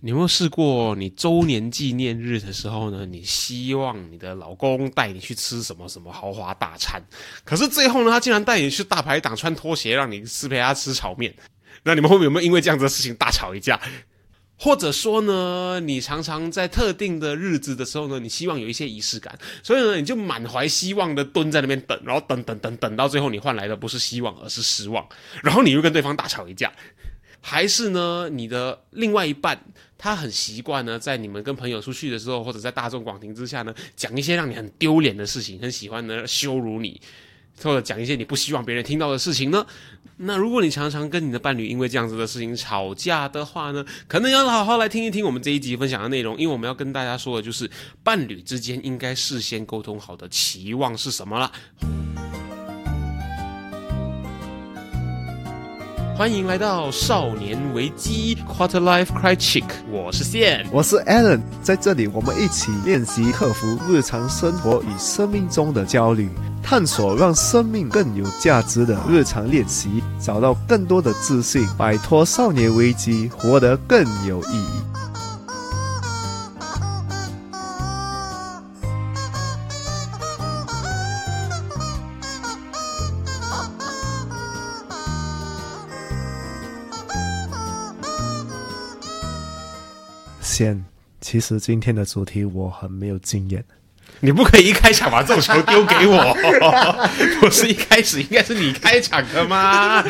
你有没有试过，你周年纪念日的时候呢，你希望你的老公带你去吃什么什么豪华大餐，可是最后呢，他竟然带你去大排档穿拖鞋，让你陪他吃炒面。那你们有没有因为这样子的事情大吵一架？或者说呢，你常常在特定的日子的时候呢，你希望有一些仪式感，所以呢，你就满怀希望的蹲在那边等，然后等到最后你换来的不是希望，而是失望，然后你又跟对方大吵一架。还是呢，你的另外一半他很习惯呢，在你们跟朋友出去的时候，或者在大众广庭之下呢，讲一些让你很丢脸的事情，很喜欢呢羞辱你，或者讲一些你不希望别人听到的事情呢。那如果你常常跟你的伴侣因为这样子的事情吵架的话呢，可能要好好来听一听我们这一集分享的内容，因为我们要跟大家说的就是伴侣之间应该事先沟通好的期望是什么啦。欢迎来到少年危机 Quarter Life Cry Chick， 我是宪， 我是 Alan， 在这里我们一起练习克服日常生活与生命中的焦虑，探索让生命更有价值的日常练习，找到更多的自信，摆脱少年危机，活得更有意义。其实今天的主题我很没有经验。 你不可以一开场把这种球丢给我不是一开始应该是你开场的吗？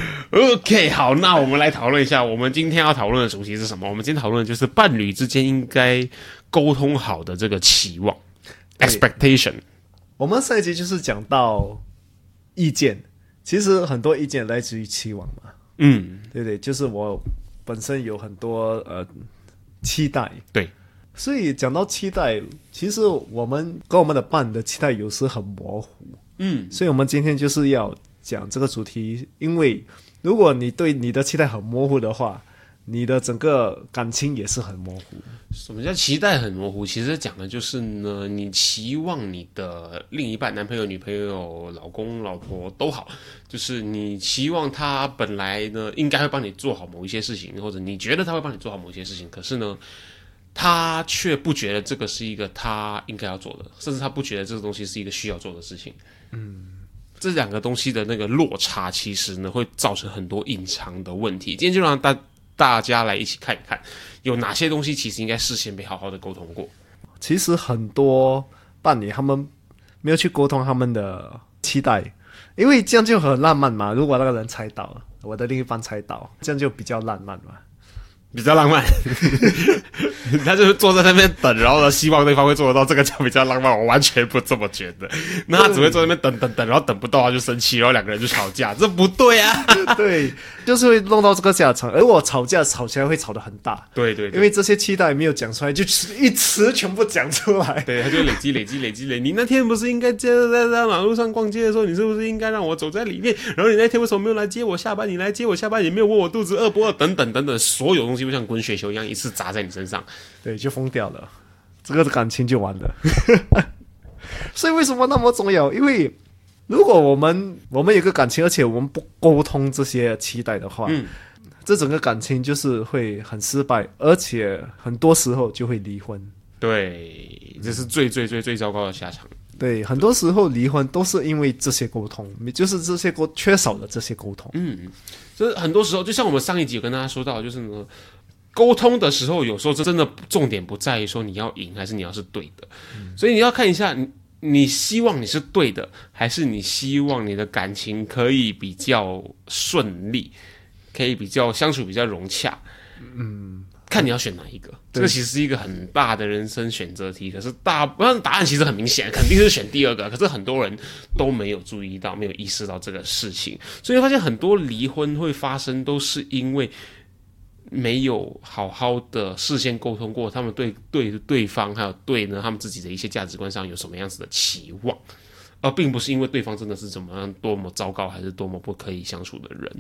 OK， 好，那我们来讨论一下我们今天要讨论的主题是什么。我们今天讨论的就是伴侣之间应该沟通好的这个期望 expectation。 我们上一集就是讲到意见，其实很多意见来自于期望嘛。对对，就是我本身有很多期待。对，所以讲到期待，其实我们跟我们的伴的期待有时很模糊。所以我们今天就是要讲这个主题，因为如果你对你的期待很模糊的话，你的整个感情也是很模糊。 什么叫期待很模糊？其实讲的就是呢，你期望你的另一半，男朋友、女朋友、老公、老婆都好，就是你期望他本来呢应该会帮你做好某一些事情，或者你觉得他会帮你做好某一些事情，可是呢他却不觉得这个是一个他应该要做的，甚至他不觉得这个东西是一个需要做的事情。这两个东西的那个落差，其实呢会造成很多隐藏的问题。今天就让大家来一起看一看，有哪些东西其实应该事先被好好的沟通过。 其实很多伴侣他们没有去沟通他们的期待，因为这样就很浪漫嘛。如果那个人猜到了，我的另一半猜到，这样就比较浪漫嘛。 比较浪漫他就是坐在那边等，然后呢希望对方会做得到，这个叫比较浪漫。我完全不这么觉得。那他只会坐在那边等，然后等不到他就生气，然后两个人就吵架，这不对啊对，就是会弄到这个下场。而我吵架吵起来会吵得很大。对，因为这些期待没有讲出来，就一词全部讲出来。 对，他就累积。你那天不是应该在马路上逛街的时候，你是不是应该让我走在里面？然后你那天为什么没有来接我下班？你来接我下班也没有问我肚子饿不饿，等等，所有东西就像滚雪球一样一次砸在你身上。 对，就疯掉了，这个感情就完了所以为什么那么重要？因为如果我们有个感情，而且我们不沟通这些期待的话，这整个感情就是会很失败，而且很多时候就会离婚。 对，这是最糟糕的下场。 对，很多时候离婚都是因为这些沟通，就是缺少了这些沟通。 就是很多时候，就像我们上一集有跟大家说到，就是呢，沟通的时候，有时候真的重点不在于说你要赢还是你要是对的，所以你要看一下你希望你是对的，还是你希望你的感情可以比较顺利，可以比较相处比较融洽。看你要选哪一个，这个其实是一个很大的人生选择题。可是答案其实很明显，肯定是选第二个。可是很多人都没有注意到，没有意识到这个事情，所以发现很多离婚会发生，都是因为没有好好的事先沟通过，他们对方还有对呢他们自己的一些价值观上有什么样子的期望，而并不是因为对方真的是怎么样多么糟糕，还是多么不可以相处的人。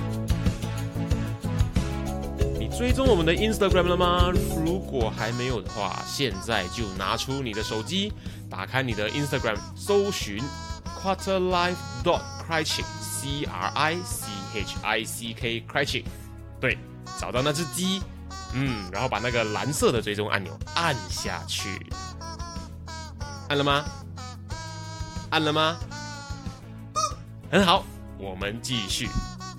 追踪我们的 Instagram 了吗？如果还没有的话，现在就拿出你的手机，打开你的 Instagram， 搜寻 quarterlife.crychick CRICHICK crychick， 对，找到那只鸡， 然后把那个蓝色的追踪按钮按下去，按了吗？按了吗？很好，我们继续。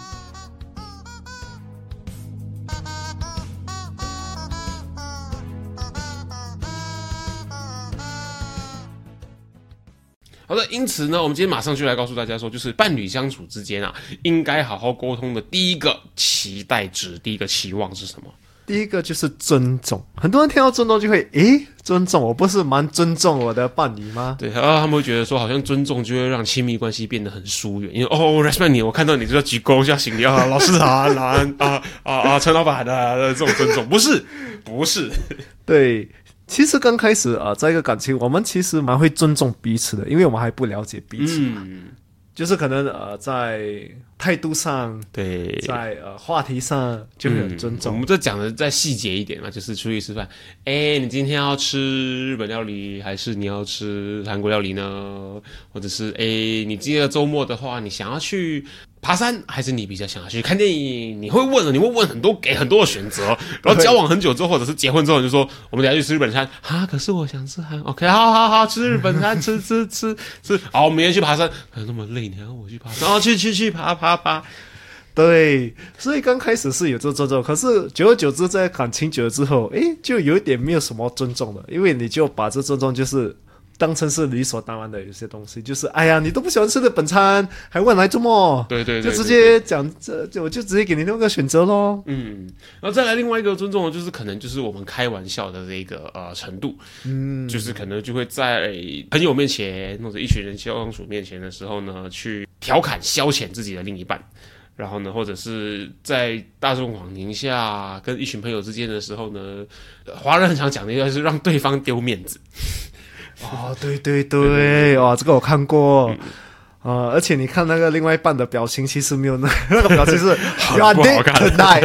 好的，因此呢，我们今天马上就来告诉大家说，就是伴侣相处之间啊，应该好好沟通的第一个期待值，第一个期望是什么？ 第一个就是尊重，很多人听到尊重就会，尊重，我不是蛮尊重我的伴侣吗？ 对，然后他们会觉得说，好像尊重就会让亲密关系变得很疏远，因为respect 你，我看到你就要鞠躬，要行礼啊，老师好，陈老板这种尊重，不是， 对。其实刚开始在一个感情，我们其实蛮会尊重彼此的，因为我们还不了解彼此嘛。就是可能在态度上， 对， 在话题上就会很尊重。 我们这讲的再细节一点嘛，就是出去吃饭，你今天要吃日本料理还是你要吃韩国料理呢？或者是你今天的周末的话，你想要去爬山，还是你比较想要去看电影？你会问很多，给很多的选择。然后交往很久之后，或者是结婚之后，你就说我们等一下去吃日本餐啊，可是我想吃韩 ，OK， 好，吃日本餐，吃，好，我们明天去爬山，那么累，你还让我去爬山？去爬。 对，所以刚开始是有这尊重，可是久而久之，在感情久了之后，就有一点没有什么尊重了，因为你就把这尊重就是当成是理所当然的有些东西，就是你都不喜欢吃日本餐，还问来做么？ 对， 就直接讲，我就直接给你那个选择咯。 然后再来另外一个尊重，就是可能就是我们开玩笑的这个程度，就是可能就会在朋友面前或者一群人相处面前的时候呢，去调侃消遣自己的另一半。然后呢，或者是在大众网庭下跟一群朋友之间的时候呢，华人很常讲的就是让对方丢面子。 对，这个我看过。而且你看那个另外一半的表情，其实没有那个表情是不好看。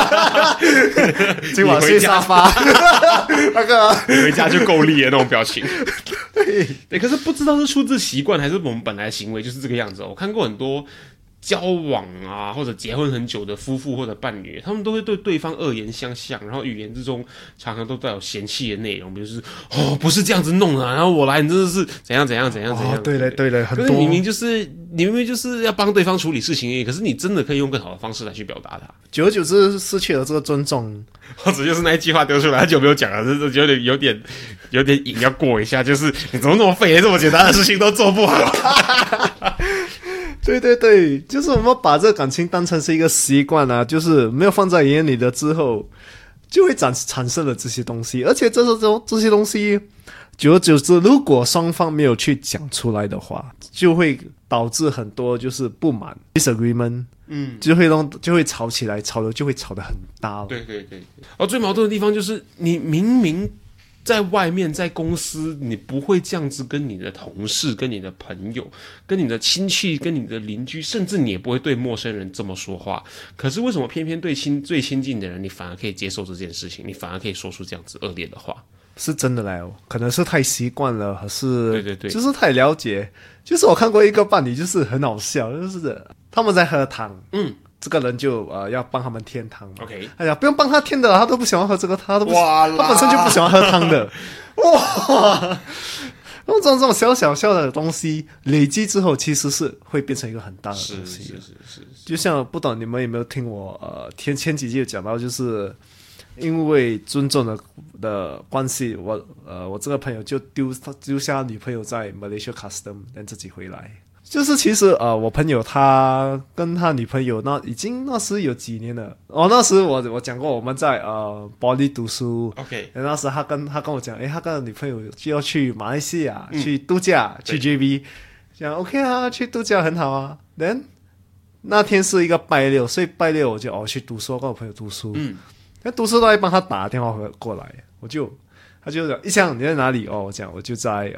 今晚睡沙发，那个你回家就够力的那种表情。对，可是不知道是出自习惯还是我们本来行为就是这个样子。我看过很多交往啊，或者结婚很久的夫妇或者伴侣，他们都会对对方恶言相向，然后语言之中常常都带有嫌弃的内容，比如是不是这样子弄的，然后我来，你真的是怎样。 对了，很多。 你明明就是要帮对方处理事情而已，可是你真的可以用更好的方式来去表达它。 久而久之失去了这个尊重， 或者就是那一句话丢出来，很久没有讲了，有点瘾要过一下，就是你怎么那么废，这么简单的事情都做不好。 对，就是我们把这个感情当成是一个习惯啊，就是没有放在眼里的之后，就会产生了这些东西，而且这些东西，久而久之，如果双方没有去讲出来的话，就会导致很多就是不满 disagreement，就会吵起来，吵得很大了。 对。最矛盾的地方就是你明明在外面，在公司，你不会这样子跟你的同事、跟你的朋友、跟你的亲戚、跟你的邻居，甚至你也不会对陌生人这么说话。可是为什么偏偏对最亲近的人，你反而可以接受这件事情，你反而可以说出这样子恶劣的话？ 是真的来可能是太习惯了，还是对， 就是太了解。就是我看过一个伴侣，就是很好笑，就是他们在喝汤，这个人就要帮他们添汤嘛。 OK， 不用帮他添的，他都不喜欢喝这个，他本身就不喜欢喝汤的。哇，用这种小的东西累积之后，其实是会变成一个很大的东西。 是。 就像不懂你们有没有听我前几集有讲到，就是因为尊重的关系，我这个朋友就丢下女朋友在 Malaysia Custom， 但自己回来。就是其实我朋友他跟他女朋友那时有几年了。那时我讲过我们在Poly 读书。 OK， 那时他跟我讲，他跟女朋友就要去马来西亚去度假，去 JB， 讲 OK 啊，去度假很好啊。Then 那天是一个拜六，所以拜六我就去读书，跟我朋友读书。那读书到一半，他打电话过来，他就讲一箱你在哪里？我讲我就在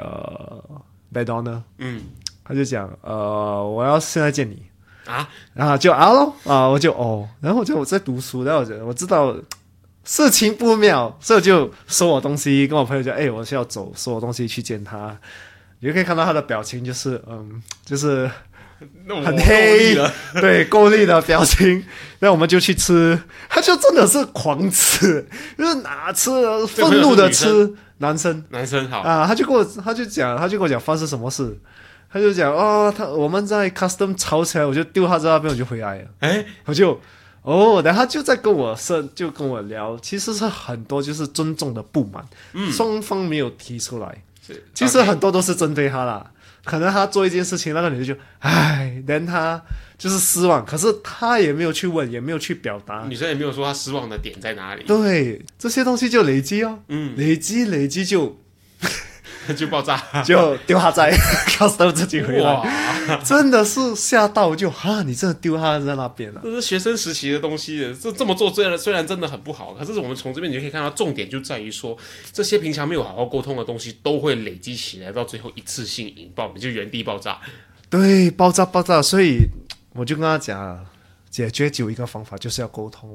Bedona。他就讲我要现在见你啊， 然后就咯我就然后我在读书，然后我知道事情不妙，所以我就收我东西，跟我朋友讲我是要走，收我东西去见他。你就可以看到他的表情，就是就是很黑，对，够力的表情。那我们就去吃，他就真的是狂吃，就是哪吃愤怒的吃。男生好啊，他就跟我讲发生什么事。他就讲我们在 custom 吵起来，我就丢他在那边，我就回来了。我就然后他就在跟我聊，其实是很多就是尊重的不满，双方没有提出来。其实很多都是针对他啦，可能他做一件事情，那个女的就连他就是失望，可是他也没有去问，也没有去表达， 女生也没有说他失望的点在哪里。 对，这些东西就累积累积就爆炸， 就丢他在 custom 自己回来，真的是吓到就你真的丢他在那边了。 这是学生时期的东西，这么做虽然真的很不好，可是我们从这边你就可以看到，重点就在于说，这些平常没有好好沟通的东西，都会累积起来，到最后一次性引爆，你就原地爆炸。 对，爆炸，所以我就跟他讲。解决只有一个方法，就是要沟通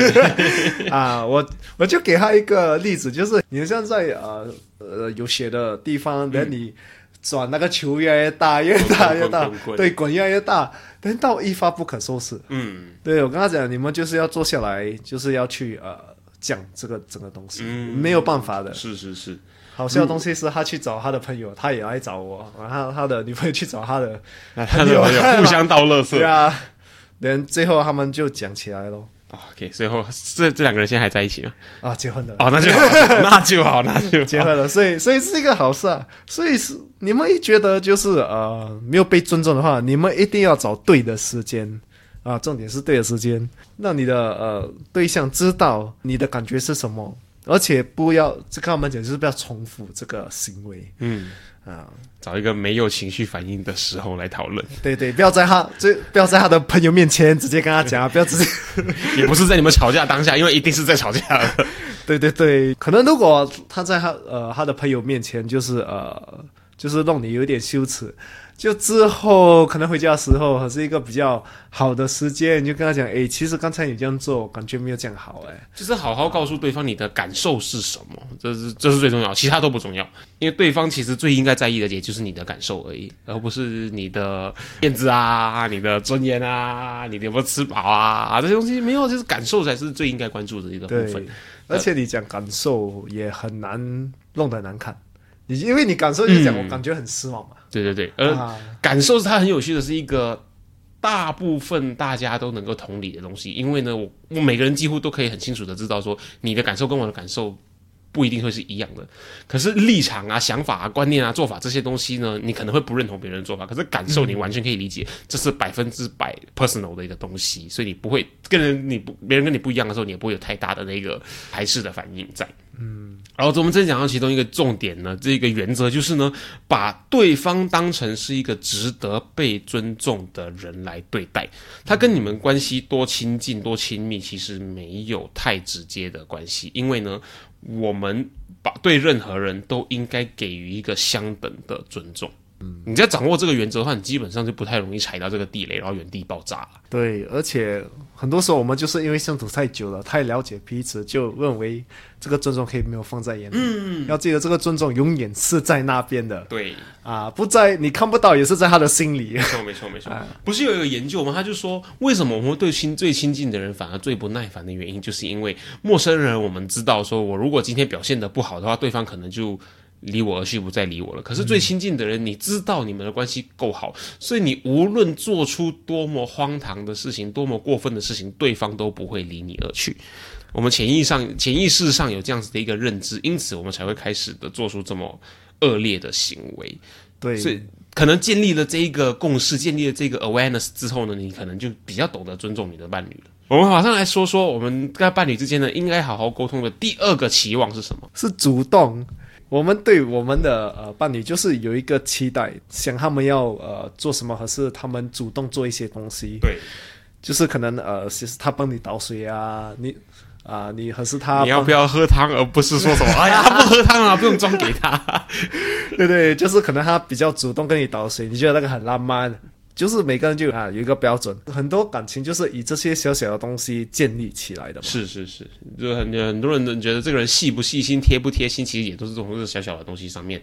我就给他一个例子，就是你像在有雪的地方，等你转那个球越来越大，对，滚越来越大，等到一发不可收拾。对，我跟他讲，你们就是要坐下来，就是要去讲这个整个东西，没有办法的。 是。 好笑的东西是他去找他的朋友，他也来找我，然后他的女朋友去找他的朋友，互相倒垃圾。 对啊。最后他们就讲起来咯。 OK， 最后这两个人现在还在一起吗？ 结婚了。 那就好，那就结婚了。所以是一个好事啊。所以是你们一觉得就是没有被尊重的话，你们一定要找对的时间重点是对的时间，让你的对象知道你的感觉是什么，而且不要跟他们讲，就是不要重复这个行为。 找一个没有情绪反应的时候来讨论。 对，不要在他的朋友面前直接跟他讲，不要直接也不是在你们吵架当下，因为一定是在吵架的。 对，可能如果他在他的朋友面前就是弄你有点羞耻，就之后可能回家的时候是一个比较好的时间，你就跟他讲，其实刚才你这样做感觉没有这样好， 就是好好告诉对方你的感受是什么，这是最重要，其他都不重要，因为对方其实最应该在意的也就是你的感受而已，而不是你的面子啊、你的尊严啊、你有没有吃饱啊这些东西没有，就是感受才是最应该关注的一个部分。 而且你讲感受也很难弄得难看，因为你感受就讲我感觉很失望嘛。 对，感受是它很有趣的，是一个大部分大家都能够同理的东西。因为呢，我每个人几乎都可以很清楚的知道说，你的感受跟我的感受不一定会是一样的。可是立场啊、想法啊、观念啊、做法这些东西呢，你可能会不认同别人的做法，可是感受你完全可以理解，这是100% personal 的一个东西，所以你不会别人跟你不一样的时候，你也不会有太大的那个排斥的反应在。然后我们真讲到其中一个重点呢，这个原则就是呢，把对方当成是一个值得被尊重的人来对待。他跟你们关系多亲近多亲密其实没有太直接的关系，因为呢我们对任何人都应该给予一个相等的尊重。你只要掌握这个原则的话，你基本上就不太容易踩到这个地雷，然后原地爆炸了。 对，而且很多时候我们就是因为相处太久了，太了解彼此，就认为这个尊重可以没有放在眼里。要记得这个尊重永远是在那边的。 对不在你看不到，也是在他的心里。 没错。不是有一个研究吗？他就说，为什么我们对最亲近的人反而最不耐烦的原因，就是因为陌生人我们知道说，我如果今天表现得不好的话，对方可能就离我而去，不再理我了。可是最亲近的人，你知道你们的关系够好，所以你无论做出多么荒唐的事情、多么过分的事情，对方都不会离你而去。我们潜意识上有这样子的一个认知，因此我们才会开始的做出这么恶劣的行为。 对， 所以可能建立了这一个共识，建立了这个 awareness 之后呢，你可能就比较懂得尊重你的伴侣了。我们马上来说说我们跟伴侣之间呢，应该好好沟通的第二个期望是什么？ 是主动。我们对我们的伴侣就是有一个期待，想他们要做什么，还是他们主动做一些东西。 对， 就是可能其实他帮你倒水啊，你还是他你要不要喝汤，而不是说什么哎呀他不喝汤啊，不用装给他。 对，就是可能他比较主动跟你倒水，你觉得那个很浪漫。就是每个人就有一个标准，很多感情就是以这些小小的东西建立起来的嘛。 是，就很多人觉得这个人细不细心、贴不贴心，其实也都是从这小小的东西上面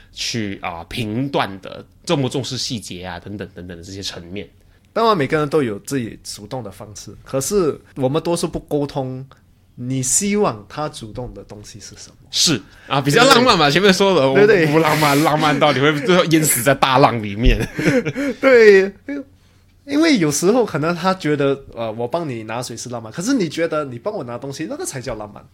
去评断的，重不重视细节啊，等等等等的这些层面。 当然，每个人都有自己主动的方式，可是我们多数不沟通。你希望他主动的东西是什么？ 是啊，比较浪漫嘛。前面说的， 对不浪漫，浪漫到你会最后淹死在大浪里面。 对，因为有时候可能他觉得我帮你拿水是浪漫，可是你觉得你帮我拿东西那个才叫浪漫，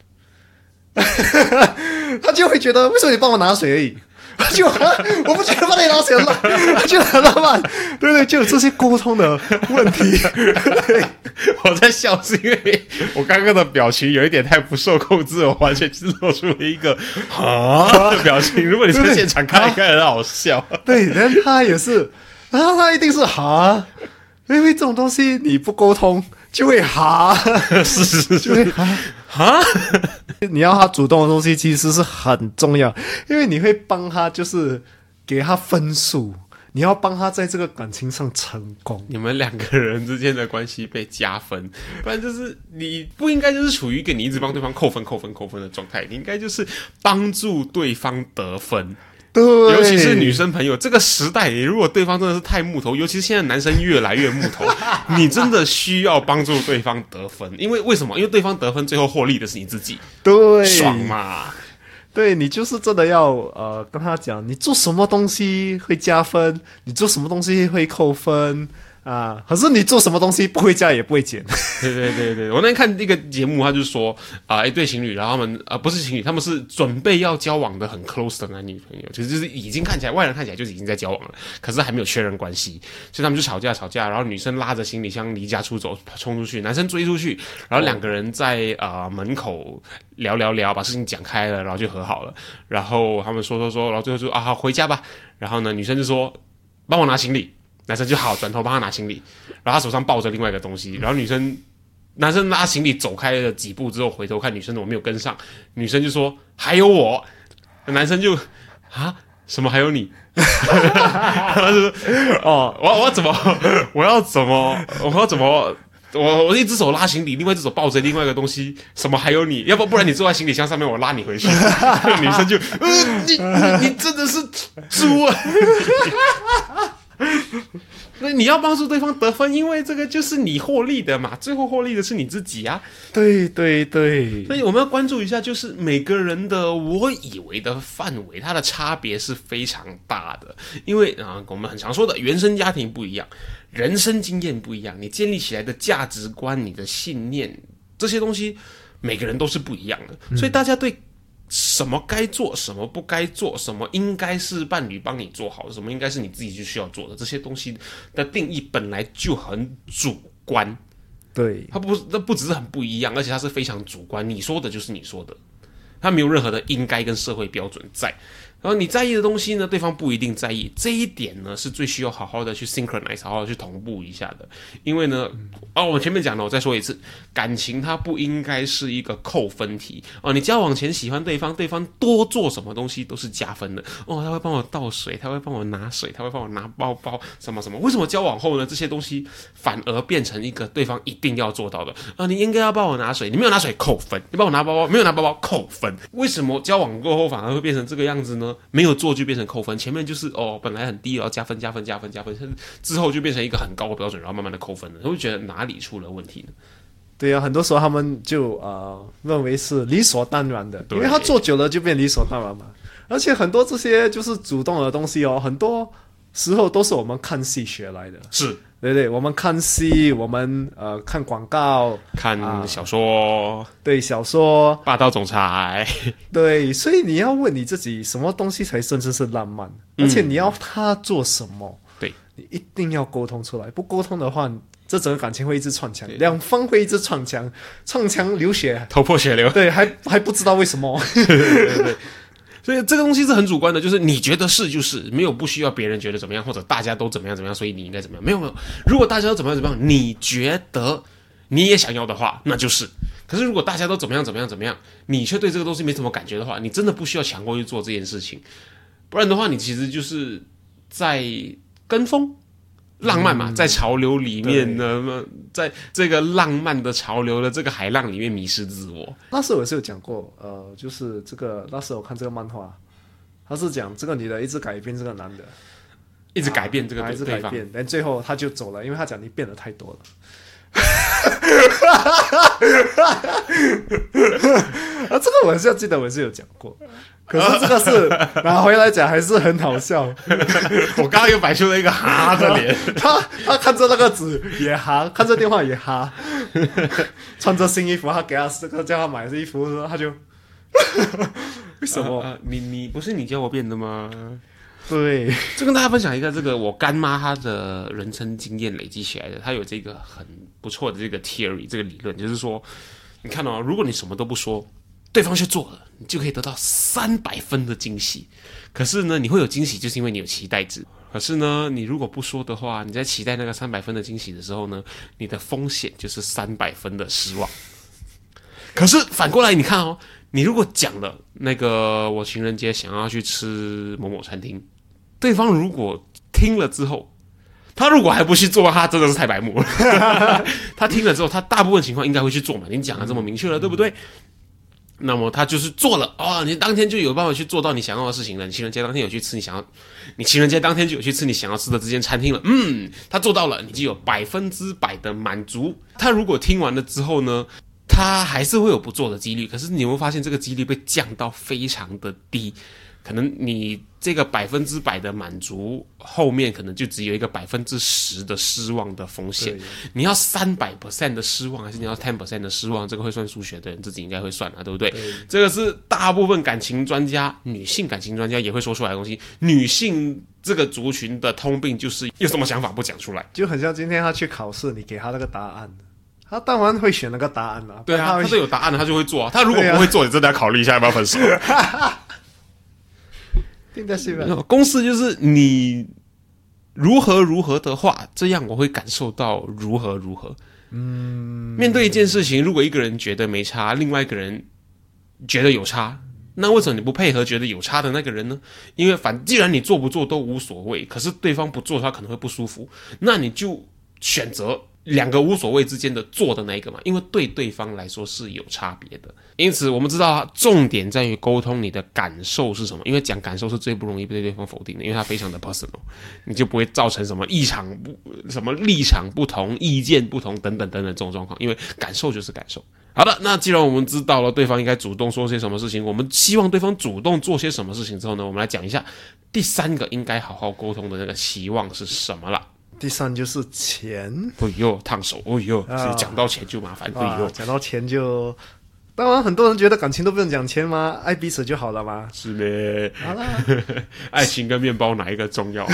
他就会觉得为什么你帮我拿水而已？我不觉得帮你拿水了，就很浪漫，对对，就有这些沟通的问题。 我在笑是因为我刚刚的表情有一点太不受控制，我完全是露出了一个的表情。如果你在现场看，应该很好笑。 对，但他也是，他一定是因为这种东西你不沟通就会是就会你要他主动的东西其实是很重要，因为你会帮他，就是给他分数，你要帮他在这个感情上成功。 你们两个人之间的关系被加分，不然就是你不应该就是处于一个你一直帮对方扣分的状态，你应该就是帮助对方得分。 对， 尤其是女生朋友，这个时代，如果对方真的是太木头，尤其是现在男生越来越木头，你真的需要帮助对方得分，因为为什么？因为对方得分，最后获利的是你自己， 对， 爽嘛？ 对，你就是真的要跟他讲，你做什么东西会加分，你做什么东西会扣分。可是你做什么东西不会加也不会减。 对，我那天看一个节目，他就说一对情侣，然后他们不是情侣，他们是准备要交往的很 close 的男女朋友，就是已经看起来外人看起来就是已经在交往了，可是还没有确认关系，所以他们就吵架，然后女生拉着行李箱离家出走，冲出去，男生追出去，然后两个人在门口聊，把事情讲开了，然后就和好了。然后他们说，然后最后就好回家吧。然后呢，女生就说帮我拿行李。男生就好转头帮他拿行李，然后他手上抱着另外一个东西，然后男生拉行李走开了几步之后，回头看女生怎么没有跟上，女生就说还有我，男生就什么还有你？他就说我要怎么？我一只手拉行李，另外一只手抱着另外一个东西，什么还有你？要不然你坐在行李箱上面，我拉你回去。女生就你真的是猪啊！那你要帮助对方得分，因为这个就是你获利的嘛，最后获利的是你自己啊。 对， 所以我们要关注一下，就是每个人的我以为的范围，它的差别是非常大的。因为我们很常说的原生家庭不一样，人生经验不一样，你建立起来的价值观、你的信念这些东西，每个人都是不一样的。所以大家对什么该做，什么不该做，什么应该是伴侣帮你做好，什么应该是你自己就需要做的，这些东西的定义本来就很主观。 对， 它不只是很不一样，而且它是非常主观，你说的就是你说的，它没有任何的应该跟社会标准在。然后你在意的东西呢，对方不一定在意，这一点呢是最需要好好的去 synchronize， 好好的去同步一下的。因为呢，我前面讲的，我再说一次，感情它不应该是一个扣分题你交往前喜欢对方，对方多做什么东西都是加分的他会帮我倒水，他会帮我拿水，他会帮我拿包包，什么什么。为什么交往后呢，这些东西反而变成一个对方一定要做到的你应该要帮我拿水，你没有拿水扣分，你帮我拿包包，没有拿包包扣分。为什么交往过后反而会变成这个样子呢？没有做就变成扣分，前面就是本来很低，然后加分，之后就变成一个很高的标准，然后慢慢的扣分了，我就觉得哪里出了问题呢？ 对啊，很多时候他们就认为是理所当然的，因为他做久了就变理所当然嘛。而且很多这些就是主动的东西很多时候都是我们看戏学来的， 是对，我们看戏，我们看广告， 看小说， 对小说， 霸道总裁， 对，所以你要问你自己，什么东西才真正是浪漫？而且你要他做什么？ 对， 你一定要沟通出来，不沟通的话，这整个感情会一直撞墙，两方会一直撞墙流血， 头破血流， 对，还不知道为什么， 对。所以这个东西是很主观的，就是你觉得是就是，没有不需要别人觉得怎么样，或者大家都怎么样，所以你应该怎么样？没有，如果大家都怎么样，你觉得你也想要的话，那就是。可是如果大家都怎么样，你却对这个东西没什么感觉的话，你真的不需要强迫去做这件事情，不然的话，你其实就是在跟风。浪漫嘛，在潮流里面呢，在这个浪漫的潮流的这个海浪里面迷失自我。 那时候我是有讲过，就是这个那时候我看这个漫画， 他是讲这个女的一直改变这个男的， 一直改变这个一直对方， 改变，但最后他就走了，因为他讲你变得太多了。这个我是记得我是有讲过，可是这个是拿回来讲还是很好笑。 我刚刚又摆出了一个哈的脸， 他看着那个纸也哈，看着电话也哈，穿着新衣服，他给他这个叫他买的衣服的时候，他就为什么？ 你不是你教我变的吗？ 对， 就跟大家分享一个这个我干妈她的人生经验累积起来的，她有这个很不错的这个 theory 这个理论，就是说，你看哦，如果你什么都不说，对方去做了，你就可以得到300分的惊喜。可是呢，你会有惊喜，就是因为你有期待值。可是呢，你如果不说的话，你在期待那个300分的惊喜的时候呢，你的风险就是300分的失望。可是反过来，你看哦，你如果讲了那个我情人节想要去吃某某餐厅。对方如果听了之后，他如果还不去做，他真的是太白目了。他听了之后，他大部分情况应该会去做嘛。你讲的这么明确了，对不对？那么他就是做了你当天就有办法去做到你想要的事情了。你情人节当天有去吃你情人节当天就有去吃你想要吃的这间餐厅了。他做到了，你就有100%的满足。他如果听完了之后呢，他还是会有不做的几率，可是你会发现这个几率被降到非常的低。可能你这个100%的满足后面可能就只有一个10%的失望的风险。你要300% 的失望，还是你要10% 的失望？这个会算数学的人自己应该会算对不对？这个是大部分感情专家，女性感情专家也会说出来的东西。女性这个族群的通病就是有什么想法不讲出来， 就很像今天他去考试，你给他那个答案。他当然会选那个答案了。 对啊，他都有答案了，他就会做他如果不会做，你真的要考虑一下要不要分手。公式就是你如何的话，这样我会感受到如何。面对一件事情，如果一个人觉得没差，另外一个人觉得有差，那为什么你不配合觉得有差的那个人呢？因为既然你做不做都无所谓，可是对方不做他可能会不舒服，那你就选择2个无所谓之间的做的那一个嘛，因为对对方来说是有差别的。因此我们知道重点在于沟通你的感受是什么，因为讲感受是最不容易被对方否定的，因为它非常的 personal， 你就不会造成什么什么立场不同、意见不同等等这种状况，因为感受就是感受。好的，那既然我们知道了对方应该主动说些什么事情，我们希望对方主动做些什么事情之后呢，我们来讲一下第3个应该好好沟通的那个期望是什么了。 第3就是钱。 哎呦，烫手！哎呦，讲到钱就麻烦。哎呦， 讲到钱就，当然很多人觉得感情都不用讲钱吗？爱彼此就好了吗？ 是咩？好啦，爱情跟面包哪一个重要？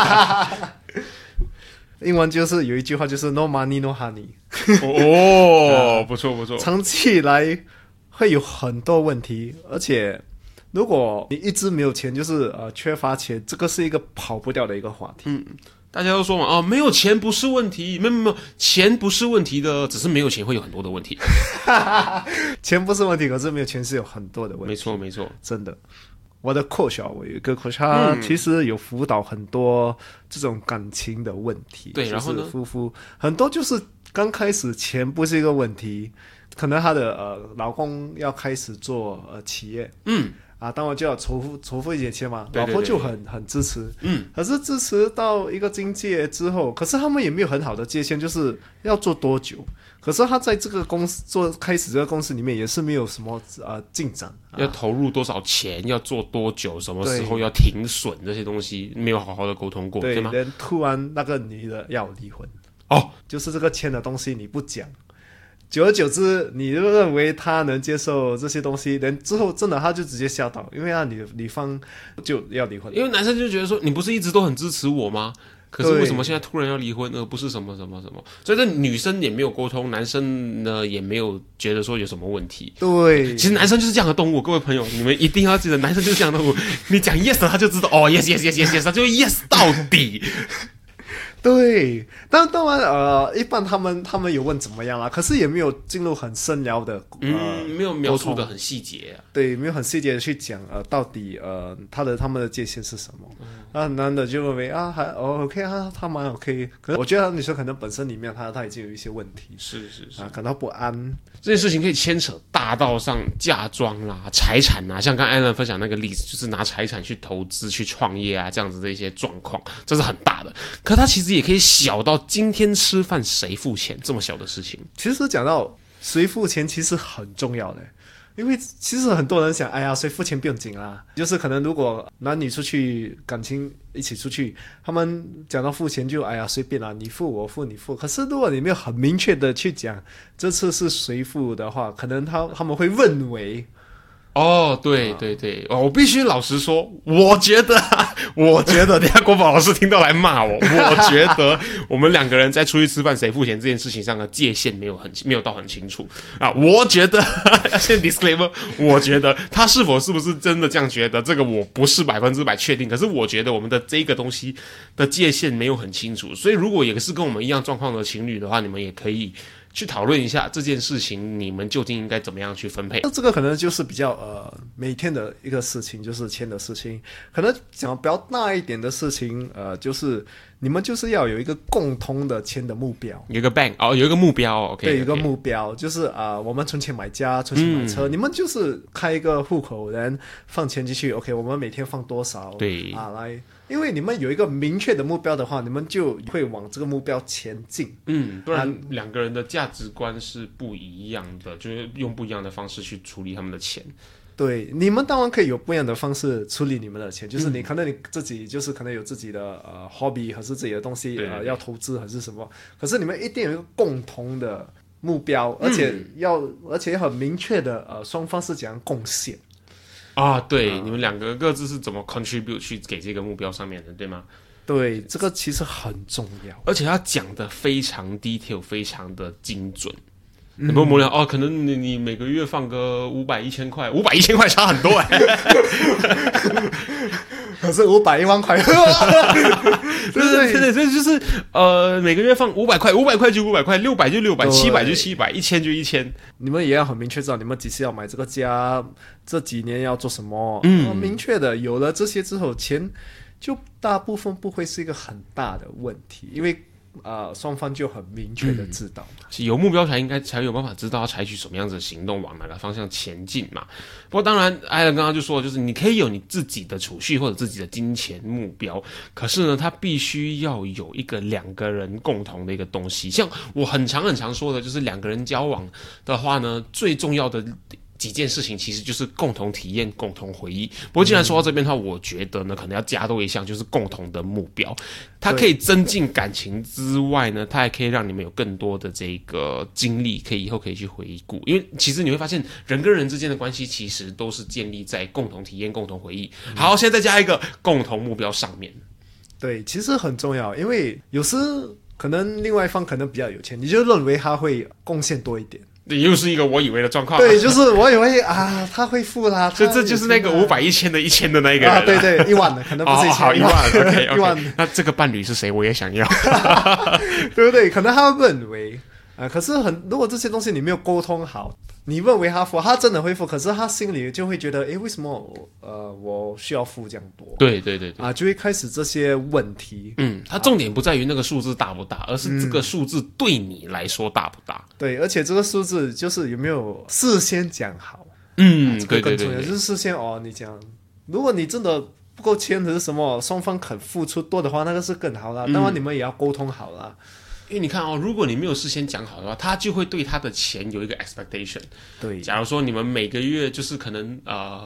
英文就是有一句话就是 no money no honey。 不错。 长期以来会有很多问题，而且如果你一直没有钱，就是缺乏钱，这个是一个跑不掉的一个话题。 大家都说嘛，没有钱不是问题，没有，钱不是问题的，只是没有钱会有很多的问题。 钱不是问题，可是没有钱是有很多的问题。 没错， 真的。我的coach我有一个coach，他其实有辅导很多这种感情的问题。 对，然后呢， 夫妇很多就是刚开始钱不是一个问题，可能他的老公要开始做企业，当然就要筹付一点钱嘛， 对， 老婆就很支持，可是支持到一个境界之后，可是他们也没有很好的界限，就是要做多久。可是他在这个公司开始这个公司里面也是没有什么进展， 要投入多少钱，要做多久，什么时候要停损，这些东西没有好好的沟通过，对吗？ 突然那个女的要离婚，就是这个钱的东西你不讲。久而久之，你就认为他能接受这些东西，人之后真的他就直接吓到，因为女方就要离婚。 因为男生就觉得说，你不是一直都很支持我吗？可是为什么现在突然要离婚，而不是什么什么什么？所以这女生也没有沟通，男生呢也没有觉得说有什么问题。 对， 其实男生就是这样的动物，各位朋友，你们一定要记得，男生就是这样的动物。你讲 yes 他就知道，yes， 他就 yes 到底。 对，当然一般他们有问怎么样啦，可是也没有进入很深聊的没有描述的很细节啊。 对，没有很细节的去讲到底他们的界限是什么。男的就认为还OK 他蛮 OK， 可是我觉得女生可能本身里面他已经有一些问题， 是感到不安。 这件事情可以牵扯大到上嫁妆啦、财产啊，像刚才Alan分享那个例子，就是拿财产去投资、去创业啊，这样子的一些状况，这是很大的。可他其实也可以小到今天吃饭谁付钱这么小的事情。 其实讲到谁付钱，其实很重要的。因为其实很多人想，哎呀，谁付钱不用紧啦，就是可能如果男女出去感情一起出去，他们讲到付钱就哎呀随便啦，你付我付你付。可是如果你没有很明确的去讲这次是谁付的话，可能他们会认为。 对，我必须老实说，我觉得，等一下国宝老师听到来骂我，我觉得我们两个人在出去吃饭谁付钱这件事情上的界限没有到很清楚啊。我觉得先 disclaimer， 我觉得他是不是真的这样觉得，这个我不是100%确定。可是我觉得我们的这个东西的界限没有很清楚，所以如果也是跟我们一样状况的情侣的话，你们也可以去讨论一下这件事情，你们究竟应该怎么样去分配？ 这个可能就是比较每天的一个事情，就是钱的事情。可能讲比较大一点的事情，就是你们就是要有一个共同的钱的目标， 有一个 bank 有一个目标 ，OK， 对，有一个目标，就是我们存钱买家，存钱买车，你们就是开一个户口，然后放钱进去 ，OK， 我们每天放多少？ 对来。因为你们有一个明确的目标的话，你们就会往这个目标前进。 不然两个人的价值观是不一样的，就是用不一样的方式去处理他们的钱。 对，你们当然可以有不一样的方式处理你们的钱，就是你可能你自己就是可能有自己的hobby 还是自己的东西要投资还是什么，可是你们一定有一个共同的目标，而且要很明确的双方是怎样贡献。 对，你们两个各自是怎么 contribute 去给这个目标上面的，对吗？ 对，这个其实很重要， 而且他讲的非常 detail， 非常的精准。有没有模量？可能你每个月放个500、1000块，500、1000块差很多可是500、1万块， 对，就是每个月放500块，500块就500块，600就600，700就700，1000就1000。 你们也要很明确知道你们几时要买这个家，这几年要做什么。明确的有了这些之后，钱就大部分不会是一个很大的问题，因为双方就很明确的知道有目标才有办法知道要采取什么样子的行动，往哪个方向前进嘛。不过当然艾伦刚刚就说，就是你可以有你自己的储蓄或者自己的金钱目标，可是呢它必须要有一个两个人共同的一个东西。像我很常说的，就是两个人交往的话呢，最重要的几件事情其实就是共同体验、共同回忆。不过既然说到这边的话，我觉得呢，可能要加多一项，就是共同的目标。它可以增进感情之外呢，它还可以让你们有更多的这个经历，以后可以去回顾。因为其实你会发现，人跟人之间的关系其实都是建立在共同体验、共同回忆。好，现在再加一个共同目标上面。 对，其实很重要，因为有时可能另外一方可能比较有钱，你就认为他会贡献多一点。 又是一个我以为的状况。 对，就是我以为他会付啦， 这就是那个500、1000的1000的那一个人。 对1万的，可能不是1000。 好1万 ，OK， 1万。 那这个伴侣是谁？我也想要， 对不对？可能他会认为可是如果这些东西你没有沟通好，你认为他付，他真的会付，可是他心里就会觉得，为什么我需要付这样多？ 对就会开始这些问题。 它重点不在于那个数字大不大，而是这个数字对你来说大不大。 对，而且这个数字就是有没有事先讲好。 对， 更重要就是事先你讲，如果你真的不够钱或者什么，双方肯付出多的话，那个是更好啦。当然你们也要沟通好啦。 因为你看如果你没有事先讲好的话，他就会对他的钱有一个 expectation。 对， 假如说你们每个月就是可能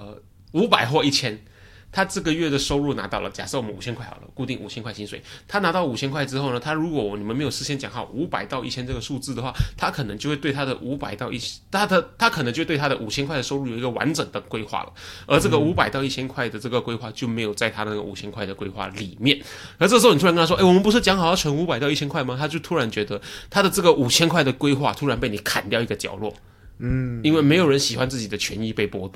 500或1000，他这个月的收入拿到了，假设我们5000块好了，固定5000块薪水，他拿到5000块之后呢，他如果你们没有事先讲好500到1000这个数字的话，他可能就会对他的500到1000，他可能就对他的5000块的收入有一个完整的规划了，而这个500到1000块的这个规划就没有在他那个5000块的规划里面。而这时候你突然跟他说，我们不是讲好要存500到1000块吗？他就突然觉得他的这个5000块的规划突然被你砍掉一个角落。因为没有人喜欢自己的权益被剥夺。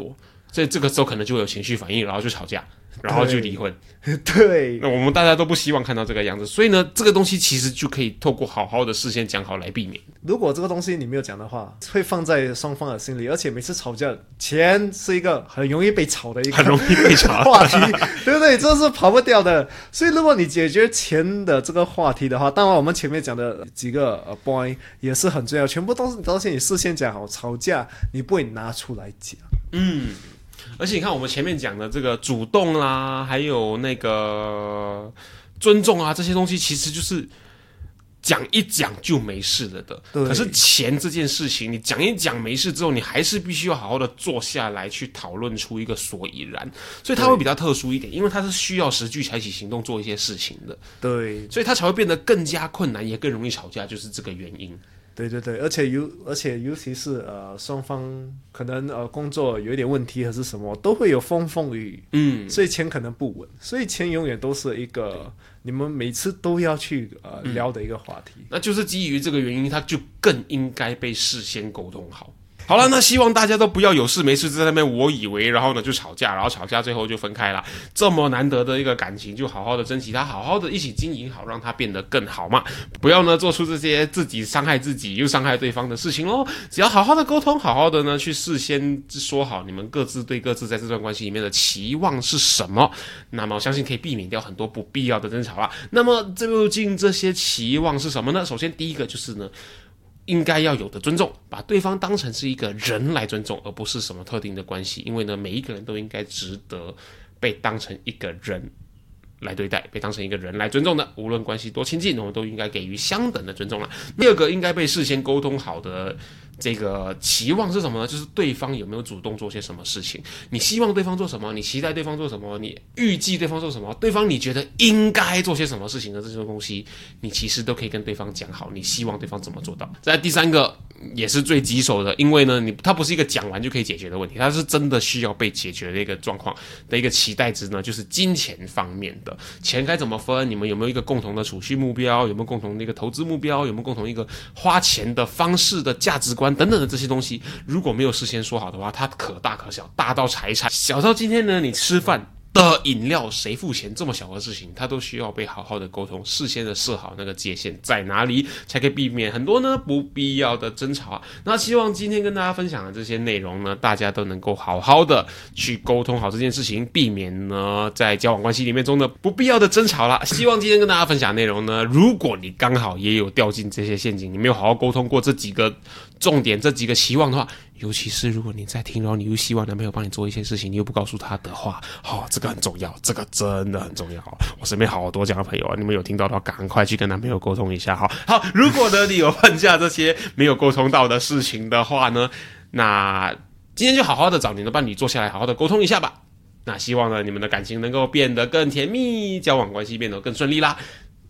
所以这个时候可能就会有情绪反应，然后就吵架，然后就离婚。 对， 那我们大家都不希望看到这个样子，所以呢，这个东西其实就可以透过好好的事先讲好来避免。 如果这个东西你没有讲的话，会放在双方的心里，而且每次吵架，钱是一个很容易被吵的一个很容易被吵话题，对不对？这是跑不掉的。所以如果你解决钱的这个话题的话，当然我们前面讲的几个point 也是很重要，全部都是东西你事先讲好，吵架你不会拿出来讲。 而且你看我们前面讲的这个主动啦，还有那个尊重啊，这些东西其实就是讲一讲就没事了的。可是钱这件事情，你讲一讲没事之后，你还是必须要好好的坐下来去讨论出一个所以然。所以它会比较特殊一点，因为它是需要实际采取行动做一些事情的。 对， 所以它才会变得更加困难，也更容易吵架，就是这个原因。 对对对，而且尤其是双方可能工作有一点问题还是什么，都会有风风雨雨，所以钱可能不稳，所以钱永远都是一个你们每次都要去聊的一个话题。 那就是基于这个原因，它就更应该被事先沟通好。好了，那希望大家都不要有事没事在那边我以为，然后呢就吵架，然后吵架最后就分开了。这么难得的一个感情，就好好的珍惜它，好好的一起经营好，让它变得更好嘛。不要呢做出这些自己伤害自己又伤害对方的事情咯。只要好好的沟通，好好的呢去事先说好你们各自对各自在这段关系里面的期望是什么，那么我相信可以避免掉很多不必要的争吵啦。那么究竟这些期望是什么呢？首先第一个就是呢，应该要有的尊重，把对方当成是一个人来尊重，而不是什么特定的关系。因为呢，每一个人都应该值得被当成一个人来对待，被当成一个人来尊重的。无论关系多亲近，我们都应该给予相等的尊重啦。第二个应该被事先沟通好的这个期望是什么呢？就是对方有没有主动做些什么事情，你希望对方做什么，你期待对方做什么，你预计对方做什么，对方你觉得应该做些什么事情的这些东西，你其实都可以跟对方讲好，你希望对方怎么做到。再来第三个也是最棘手的，因为呢它不是一个讲完就可以解决的问题，它是真的需要被解决的一个状况的一个期待值呢，就是金钱方面的。钱该怎么分，你们有没有一个共同的储蓄目标，有没有共同的一个投资目标，有没有共同一个花钱的方式的价值观等等的这些东西，如果没有事先说好的话，它可大可小，大到财产，小到今天呢你吃饭的饮料谁付钱，这么小的事情它都需要被好好的沟通，事先的设好那个界限在哪里，才可以避免很多呢不必要的争吵啊。那希望今天跟大家分享的这些内容呢，大家都能够好好的去沟通好这件事情，避免呢在交往关系里面中的不必要的争吵啦。希望今天跟大家分享的内容呢，如果你刚好也有掉进这些陷阱，你没有好好沟通过这几个重点这几个期望的话，尤其是如果你在听，然后你又希望男朋友帮你做一些事情，你又不告诉他的话，这个很重要，这个真的很重要。我身边好多这样的朋友啊，你们有听到的话，赶快去跟男朋友沟通一下。好，如果呢你有犯下这些没有沟通到的事情的话呢，那今天就好好的找你的伴侣坐下来，好好的沟通一下吧。那希望呢你们的感情能够变得更甜蜜，交往关系变得更顺利啦。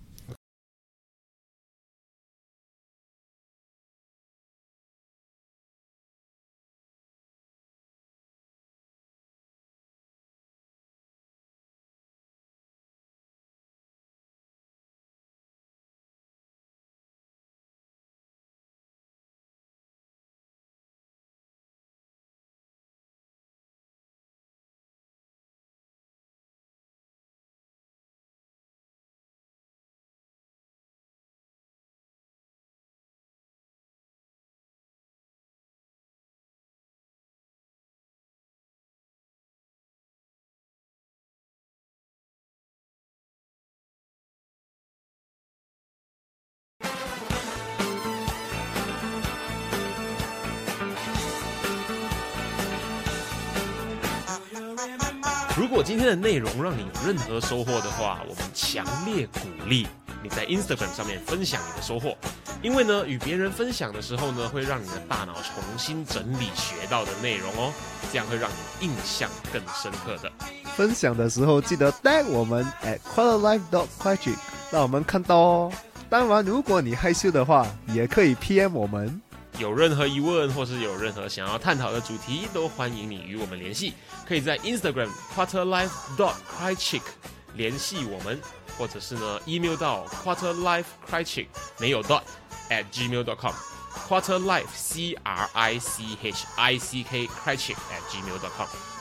如果今天的内容让你有任何收获的话，我们强烈鼓励你在 Instagram 上面分享你的收获，因为呢，与别人分享的时候呢，会让你的大脑重新整理学到的内容哦，这样会让你印象更深刻的。 分享的时候记得 tag 我们 @quarterlife.critic 让我们看到哦。当然，如果你害羞的话，也可以 PM 我们。 有任何疑问或是有任何想要探讨的主题，都欢迎你与我们联系，可以在 Instagram quarterlife.critic 联系我们，或者是呢 email 到 quarterlifecritic 没有 dot @gmail.com quarterlife critic critic @gmail.com